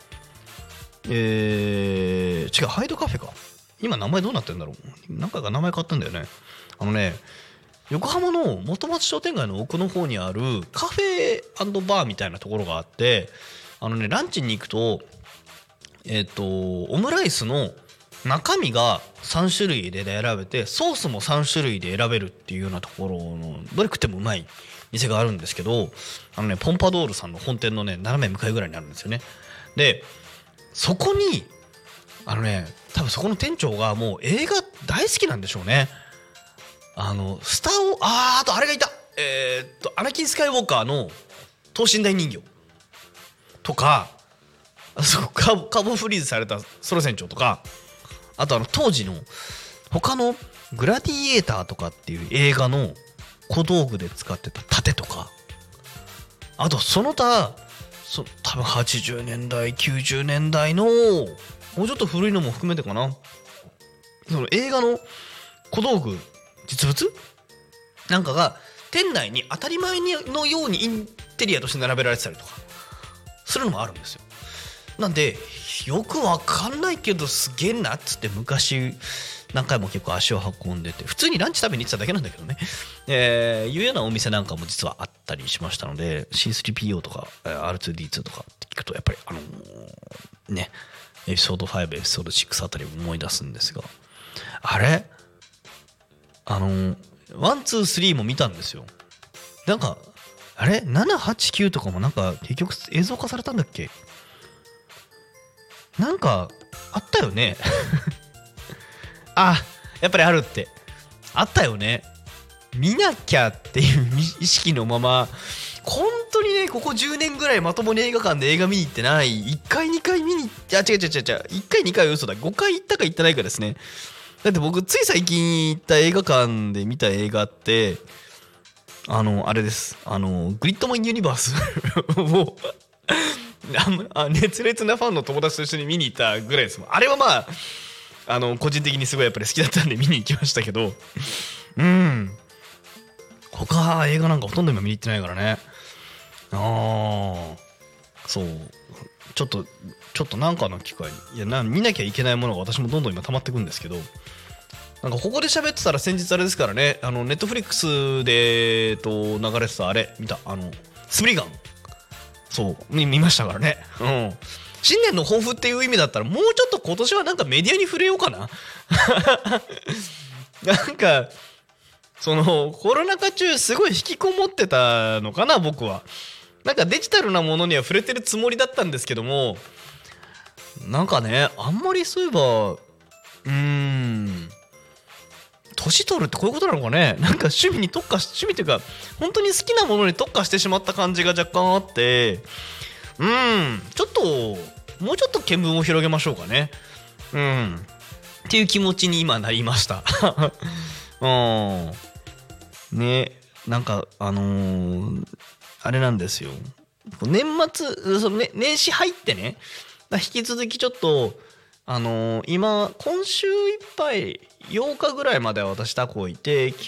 違う、ハイドカフェか。今名前どうなってるんだろう。何回か名前変わったんだよね。横浜の元町商店街の奥の方にあるカフェ&バーみたいなところがあって、ランチに行くと、オムライスの中身が3種類で選べて、ソースも3種類で選べるっていうようなところのどれ食ってもうまい店があるんですけど、ポンパドールさんの本店のね斜め向かいぐらいにあるんですよね。でそこに多分そこの店長がもう映画大好きなんでしょうね。スターをあとあれがいたアナキン・スカイウォーカーの等身大人形とか、カーボンフリーズされたソロ船長とか、あと当時の他のグラディエーターとかっていう映画の小道具で使ってた盾とか、あとその他多分80年代90年代のもうちょっと古いのも含めてかな、その映画の小道具実物なんかが店内に当たり前のようにインテリアとして並べられてたりとかするのもあるんですよ。なんでよくわかんないけどすげえなっつって昔何回も結構足を運んでて、普通にランチ食べに行ってただけなんだけどね、いうようなお店なんかも実はあったりしましたので、 C3PO とか R2D2 とかって聞くとやっぱりねエピソード5エピソード6あたりを思い出すんですが、あれ1、2、3も見たんですよ。なんかあれ7、8、9とかもなんか結局映像化されたんだっけ。なんかあったよねあ、やっぱりあるってあったよね。見なきゃっていう意識のまま本当にねここ10年ぐらいまともに映画館で映画見に行ってない。1回2回見に違う1回2回は嘘だ、5回行ったか行ってないかですね。だって僕つい最近行った映画館で見た映画ってあれです、グリッドマンユニバースを熱烈なファンの友達と一緒に見に行ったぐらいですもん。あれはまあ個人的にすごいやっぱり好きだったんで見に行きましたけど、他映画なんかほとんど今見に行ってないからね。そうちょっとなんかの機会に見なきゃいけないものが私もどんどん今溜まってくんですけど、なんかここで喋ってたら先日あれですからね、ネットフリックスで流れてたあれ見たスプリガン、そう見ましたからね。新年の抱負っていう意味だったらもうちょっと今年はなんかメディアに触れようかななんかコロナ禍中すごい引きこもってたのかな僕は。なんかデジタルなものには触れてるつもりだったんですけども、なんかねあんまりそういえば年取るってこういうことなのかね。なんか趣味というか本当に好きなものに特化してしまった感じが若干あって、ちょっともうちょっと見聞を広げましょうかね。っていう気持ちに今なりましたね、なんかあれなんですよ、年末年始入ってね、引き続きちょっと今週いっぱい8日ぐらいまでは私タコいて、違うか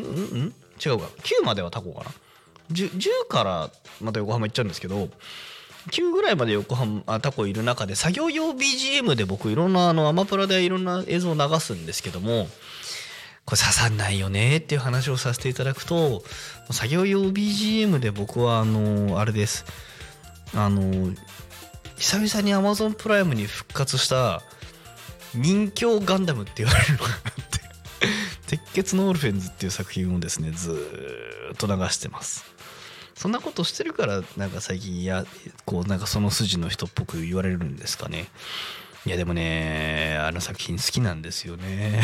9まではタコかな、10からまた横浜行っちゃうんですけど、9ぐらいまでタコいる中で作業用 BGM で僕いろんなアマプラでいろんな映像を流すんですけども、これ刺さんないよねっていう話をさせていただくと、作業用 BGM で僕はあれです、久々に Amazon プライムに復活した人形ガンダムって言われるのがあって鉄血のオルフェンズっていう作品をですねずーっと流してます。そんなことしてるからなんか最近なんかその筋の人っぽく言われるんですかね。いやでもね作品好きなんですよね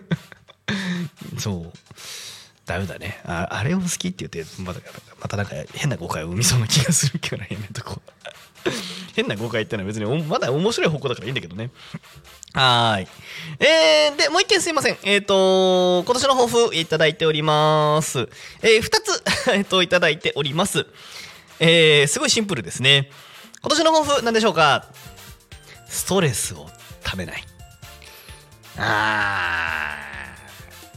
そうダメだね、あれを好きって言ってまたなんか変な誤解を生みそうな気がするからやめとこう変な誤解ってのは別にまだ面白い方向だからいいんだけどね。はい。でもう一件すいません。今年の抱負いただいております。2ついただいております。すごいシンプルですね。今年の抱負なんでしょうか。ストレスをためない。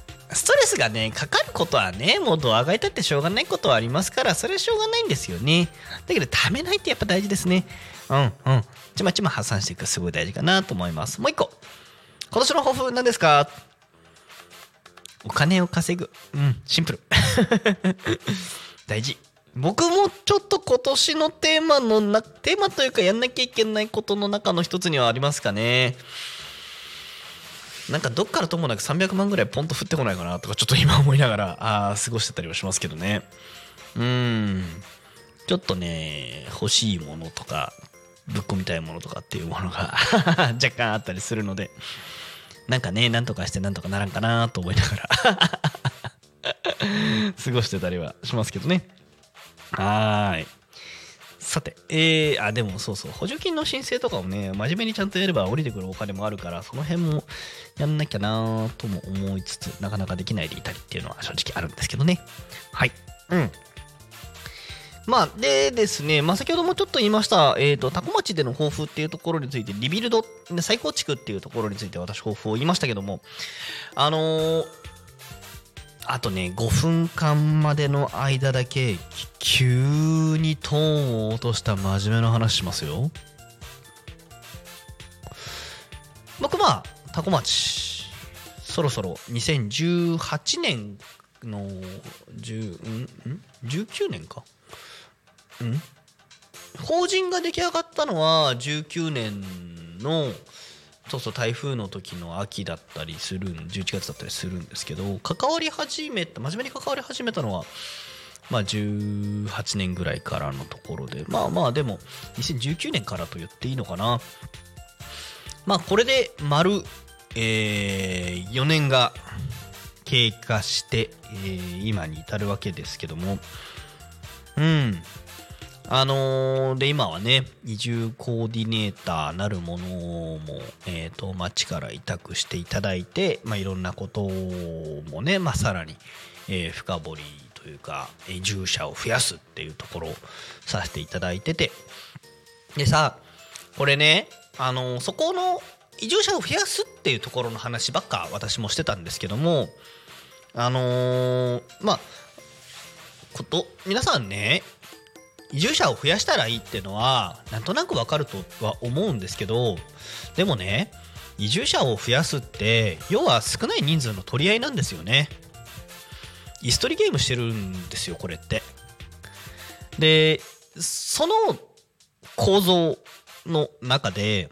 レスがねかかることはね、もう度上がりたってしょうがないことはありますから、それはしょうがないんですよね。だけどためないってやっぱ大事ですね。ちまちま発散していくのすごい大事かなと思います。もう一個、今年の抱負何ですか？お金を稼ぐ。シンプル大事。僕もちょっと今年のテーマというかやんなきゃいけないことの中の一つにはありますかね。なんかどっからともなく300万ぐらいポンと降ってこないかなとかちょっと今思いながら過ごしてたりはしますけどね。ちょっとね欲しいものとかぶっ込みたいものとかっていうものが若干あったりするので、なんかねなんとかしてなんとかならんかなと思いながら過ごしてたりはしますけどね。さて、でもそう補助金の申請とかをね真面目にちゃんとやれば降りてくるお金もあるから、その辺もやんなきゃなとも思いつつ、なかなかできないでいたりっていうのは正直あるんですけどね。でですね、先ほどもちょっと言いました、多古町での抱負っていうところについて、リビルド再構築っていうところについて私抱負を言いましたけども、あとね5分間までの間だけ急にトーンを落とした真面目な話しますよ。僕多古町そろそろ2018年の19年か法人が出来上がったのは19年の台風の時の秋だったりする11月だったりするんですけど、真面目に関わり始めたのは18年ぐらいからのところで、でも2019年からと言っていいのかな。これで丸4年が経過して、今に至るわけですけども、で今はね移住コーディネーターなるものも、町から委託していただいて、いろんなこともね、さらに、深掘りというか移住者を増やすっていうところをさせていただいてて、でさこれねそこの移住者を増やすっていうところの話ばっか私もしてたんですけども、皆さんね移住者を増やしたらいいっていうのはなんとなくわかるとは思うんですけど、でもね移住者を増やすって要は少ない人数の取り合いなんですよね。椅子取りゲームしてるんですよこれって。でその構造の中で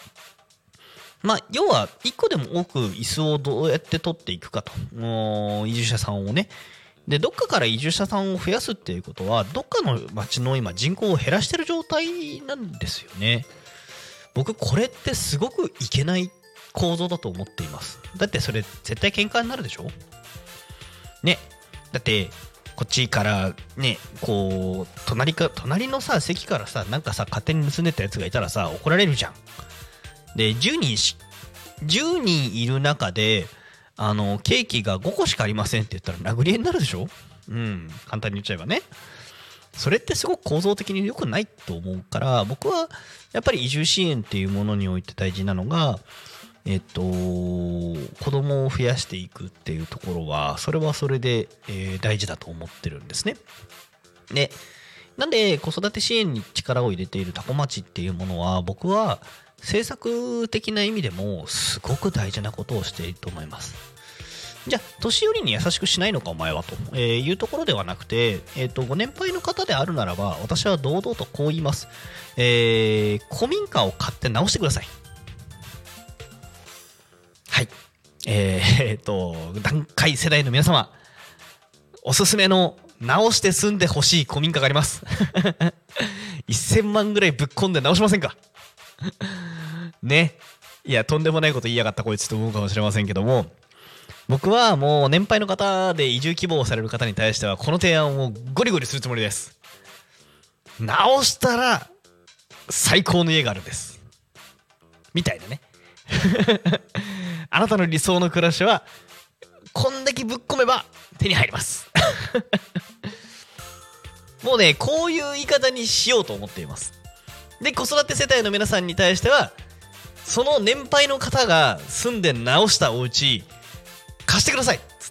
要は1個でも多く椅子をどうやって取っていくかと、移住者さんをね。でどっかから移住者さんを増やすっていうことはどっかの町の今人口を減らしてる状態なんですよね。僕これってすごくいけない構造だと思っています。だってそれ絶対喧嘩になるでしょね。だってこっちからねこう隣のさ席からさなんかさ勝手に盗んでったやつがいたらさ怒られるじゃん。で10人いる中でケーキが5個しかありませんって言ったら殴り合いになるでしょ。簡単に言っちゃえばね。それってすごく構造的に良くないと思うから、僕はやっぱり移住支援っていうものにおいて大事なのが子供を増やしていくっていうところはそれはそれで、大事だと思ってるんですね。でなんで子育て支援に力を入れている多古町っていうものは僕は政策的な意味でもすごく大事なことをしていると思います。じゃあ年寄りに優しくしないのかお前はというところではなくて、ご年配の方であるならば私は堂々とこう言います。古民家を買って直してください。はい。団塊世代の皆様おすすめの直して住んでほしい古民家があります1000万ぐらいぶっ込んで直しませんかね。いやとんでもないこと言いやがったこいつと思うかもしれませんけども、僕はもう年配の方で移住希望をされる方に対してはこの提案をゴリゴリするつもりです。直したら最高の家があるんですみたいなねあなたの理想の暮らしはこんだけぶっ込めば手に入りますもうねこういう言い方にしようと思っています。で子育て世帯の皆さんに対してはその年配の方が住んで直したお家貸してくださいっつって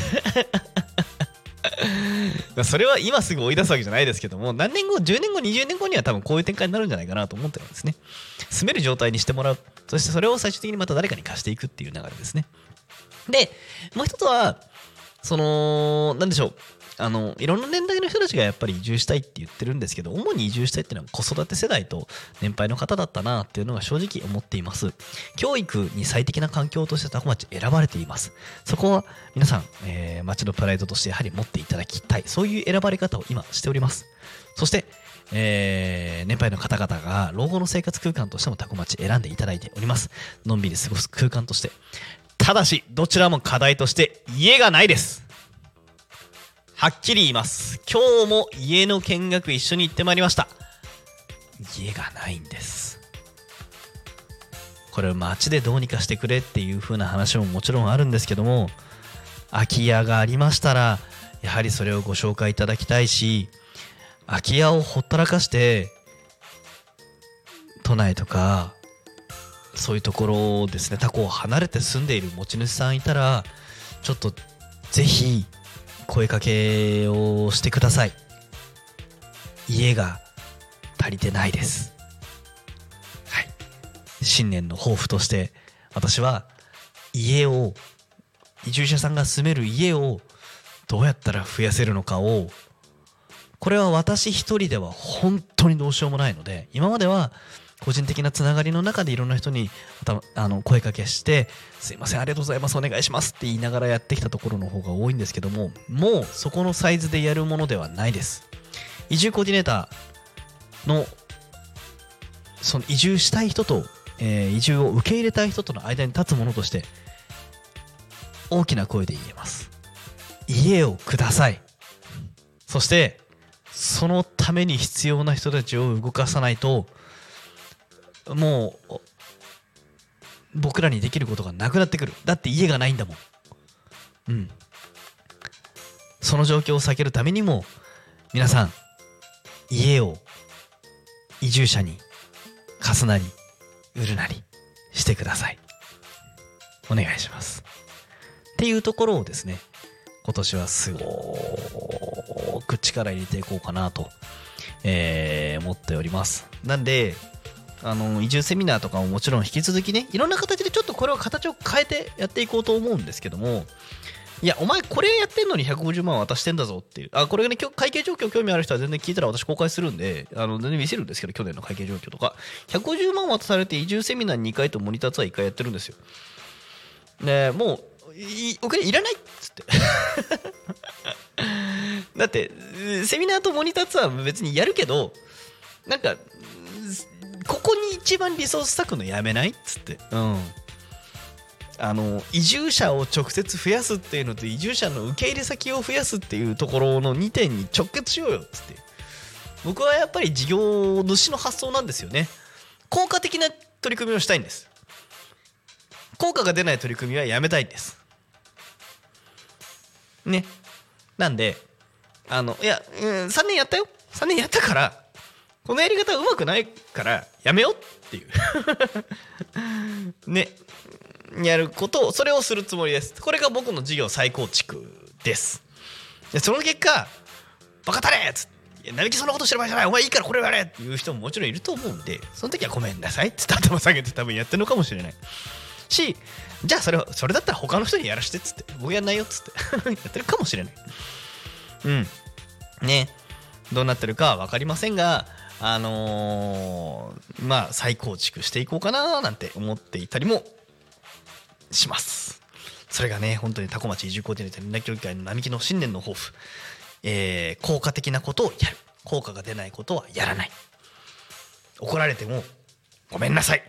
それは今すぐ追い出すわけじゃないですけども、何年後、10年後、20年後には多分こういう展開になるんじゃないかなと思ってるんですね。住める状態にしてもらう。そしてそれを最終的にまた誰かに貸していくっていう流れですね。で、もう一つは、なんでしょう。いろんな年代の人たちがやっぱり移住したいって言ってるんですけど、主に移住したいっていうのは子育て世代と年配の方だったなっていうのが正直思っています。教育に最適な環境として多古町選ばれています。そこは皆さん、町のプライドとしてやはり持っていただきたい。そういう選ばれ方を今しております。そして、年配の方々が老後の生活空間としても多古町選んでいただいております。のんびり過ごす空間として。ただし、どちらも課題として家がないです。はっきり言います。今日も家の見学一緒に行ってまいりました。家がないんです。これを町でどうにかしてくれっていう風な話ももちろんあるんですけども、空き家がありましたらやはりそれをご紹介いただきたいし、空き家をほったらかして都内とかそういうところですね、他校を離れて住んでいる持ち主さんいたら、ちょっとぜひ声かけをしてください。家が足りてないです。はい。新年の抱負として私は移住者さんが住める家をどうやったら増やせるのかを、これは私一人では本当にどうしようもないので、今までは個人的なつながりの中でいろんな人に声かけして、すいませんありがとうございますお願いしますって言いながらやってきたところの方が多いんですけども、もうそこのサイズでやるものではないです。移住コーディネーターのその移住したい人と、移住を受け入れたい人との間に立つものとして大きな声で言えます。家をください。そしてそのために必要な人たちを動かさないと、もう僕らにできることがなくなってくる。だって家がないんだもん。その状況を避けるためにも、皆さん家を移住者に貸すなり売るなりしてください。お願いしますっていうところをですね、今年はすごく力入れていこうかなと、思っております。なんで移住セミナーとかももちろん引き続きね、いろんな形でちょっとこれを形を変えてやっていこうと思うんですけども、いやお前これやってんのに150万渡してんだぞっていう、これがね会計状況興味ある人は全然聞いたら私公開するんで、全然見せるんですけど、去年の会計状況とか150万渡されて移住セミナー2回とモニターツアー1回やってるんですよ。ね、もうお金いらないっつってだってセミナーとモニターツアー別にやるけど、なんかここに一番リソース割くのやめないっつって、移住者を直接増やすっていうのと移住者の受け入れ先を増やすっていうところの2点に直結しようよっつって、僕はやっぱり事業主の発想なんですよね。効果的な取り組みをしたいんです。効果が出ない取り組みはやめたいんですね。なんで3年やったよ。3年やったからこのやり方うまくないからやめようっていうね、やることを、それをするつもりです。これが僕の事業再構築です。でその結果バカたれっつって、並木そんなことしてる場合じゃない、お前いいからこれをやれっていう人ももちろんいると思うんで、その時はごめんなさいっつって頭下げて多分やってるのかもしれないし、じゃあそれだったら他の人にやらしてっつって、僕やんないよっつってやってるかもしれない。ね、どうなってるかは分かりませんが、再構築していこうかななんて思っていたりもします。それがね、本当に多古町移住コーディネーター連絡協議会の並木の新年の抱負、効果的なことをやる、効果が出ないことはやらない、怒られてもごめんなさい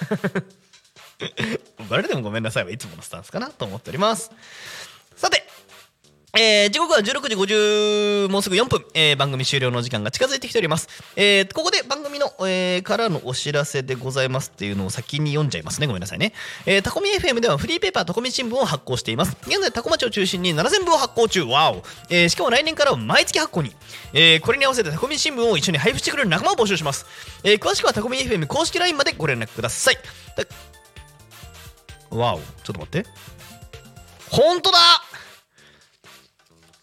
怒られてもごめんなさいはいつものスタンスかなと思っております。さて時刻は16時50もうすぐ4分、番組終了の時間が近づいてきております。ここで番組の、からのお知らせでございますっていうのを先に読んじゃいますね。ごめんなさいね。タコミ FM ではフリーペーパータコミ新聞を発行しています。現在タコ町を中心に7000部を発行中。ワオ、しかも来年からは毎月発行に、これに合わせてタコミ新聞を一緒に配布してくれる仲間を募集します。詳しくはタコミ FM 公式 LINE までご連絡ください。ワオ、ちょっと待って、ほんとだ、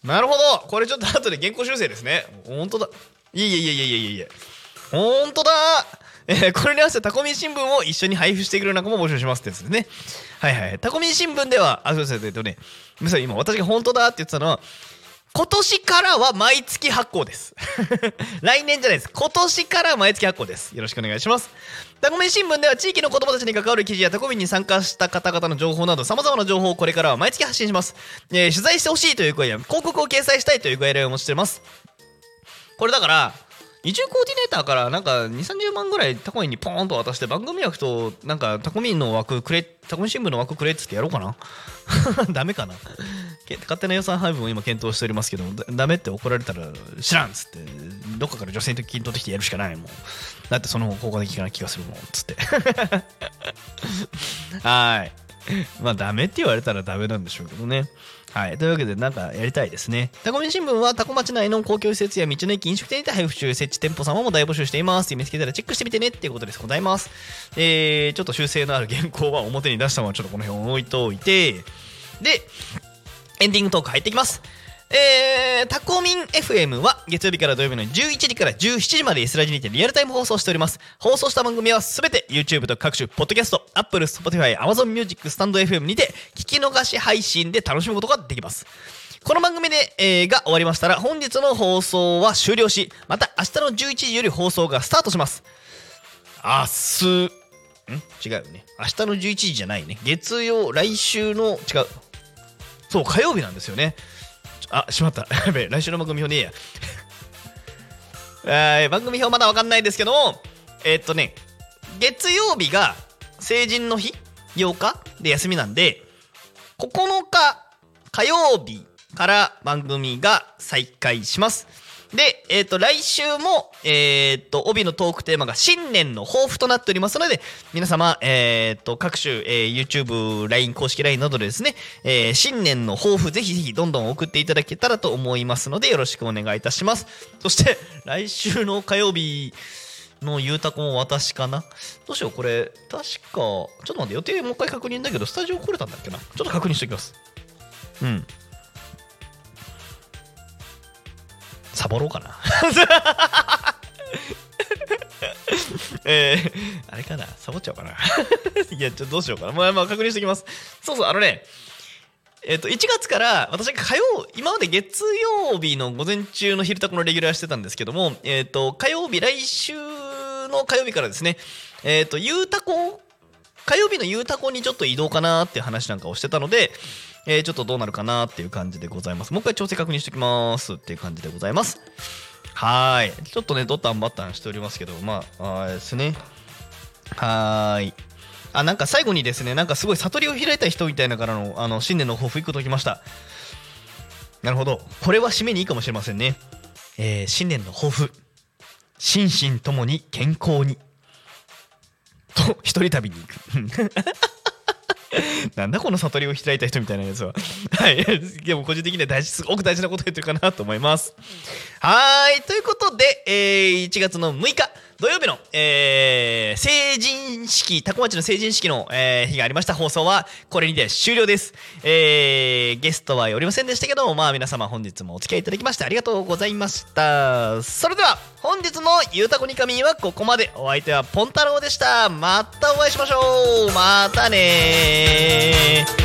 なるほど。これちょっと後で原稿修正ですね。本当だ。いえ。本当だ。これに合わせてタコミン新聞を一緒に配布してくれる仲間も募集しますってやつですね。はい。タコミン新聞では、そうですね。皆さん今私が本当だって言ってたのは、今年からは毎月発行です。来年じゃないです。今年から毎月発行です。よろしくお願いします。タコミン新聞では地域の子供たちに関わる記事やタコミンに参加した方々の情報など様々な情報をこれからは毎月発信します。取材してほしいという声や広告を掲載したいというご依頼をお持ちしています。これだから移住コーディネーターからなんか 2,30 万ぐらいタコミンにポーンと渡して番組枠となんかタコミンの枠くれ、タコミン新聞の枠くれっつってやろうかな。ダメかな。勝手な予算配分を今検討しておりますけど、ダメって怒られたら知らんっつってどっかから女性的金取ってきてやるしかないもん。だってその方向ができない気がするもんっつって。はい。まあダメって言われたらダメなんでしょうけどね。はい。というわけでなんかやりたいですね。タコミン新聞はタコ町内の公共施設や道の駅飲食店にて配布中、設置店舗様も大募集しています。見つけたらチェックしてみてねっていうことです。ございます。ちょっと修正のある原稿は表に出したままちょっとこの辺を置いといて、で、エンディングトーク入っていきます。タコミン FM は月曜日から土曜日の11時から17時までイスラジにてリアルタイム放送しております。放送した番組はすべて YouTube と各種ポッドキャスト、Apple、Spotify、Amazon Music、スタンド FM にて聞き逃し配信で楽しむことができます。この番組で、が終わりましたら本日の放送は終了し、また明日の11時より放送がスタートします。違うよね。明日の11時じゃないね。月曜、来週の、違う。そう、火曜日なんですよね。しまった。やべえ、来週の番組表ねえや。番組表まだわかんないですけども、月曜日が成人の日8日で休みなんで、9日火曜日から番組が再開します。で、来週も、帯のトークテーマが新年の抱負となっておりますので、皆様、各種、YouTube、LINE、公式 LINE などでですね、新年の抱負ぜひぜひどんどん送っていただけたらと思いますので、よろしくお願いいたします。そして、来週の火曜日のゆうたこも私かな。どうしよう、これ、確か、ちょっと待って、予定もう一回確認だけど、スタジオ来れたんだっけな。ちょっと確認しておきます。サボろうかな。あれかな、サボっちゃおうかな。いや、どうしようかな。まあ確認しておきます。そう、1月から私が今まで月曜日の午前中の昼タコのレギュラーしてたんですけども、火曜日、来週の火曜日からですね、ゆうたこ、火曜日のゆうたこにちょっと移動かなっていう話なんかをしてたので、ちょっとどうなるかなっていう感じでございます。もう一回調整確認しておきますっていう感じでございます。はい。ちょっとね、ドタンバタンしておりますけど、ですね。はい。なんか最後にですね、なんかすごい悟りを開いた人みたいなからの、新年の抱負1個解きました。なるほど。これは締めにいいかもしれませんね。新年の抱負。心身ともに健康に。と、一人旅に行く。なんだこの悟りを開いた人みたいなやつは。はい。でも個人的にはすごく大事なこと言ってるかなと思います。はい。ということで、1月の6日土曜日の、成人式、タコ町の成人式の、日がありました放送はこれにて終了です。ゲストはおりませんでしたけども、皆様本日もお付き合いいただきましてありがとうございました。それでは本日のゆうたこにかみはここまで。お相手はポン太郎でした。またお会いしましょう。またねー。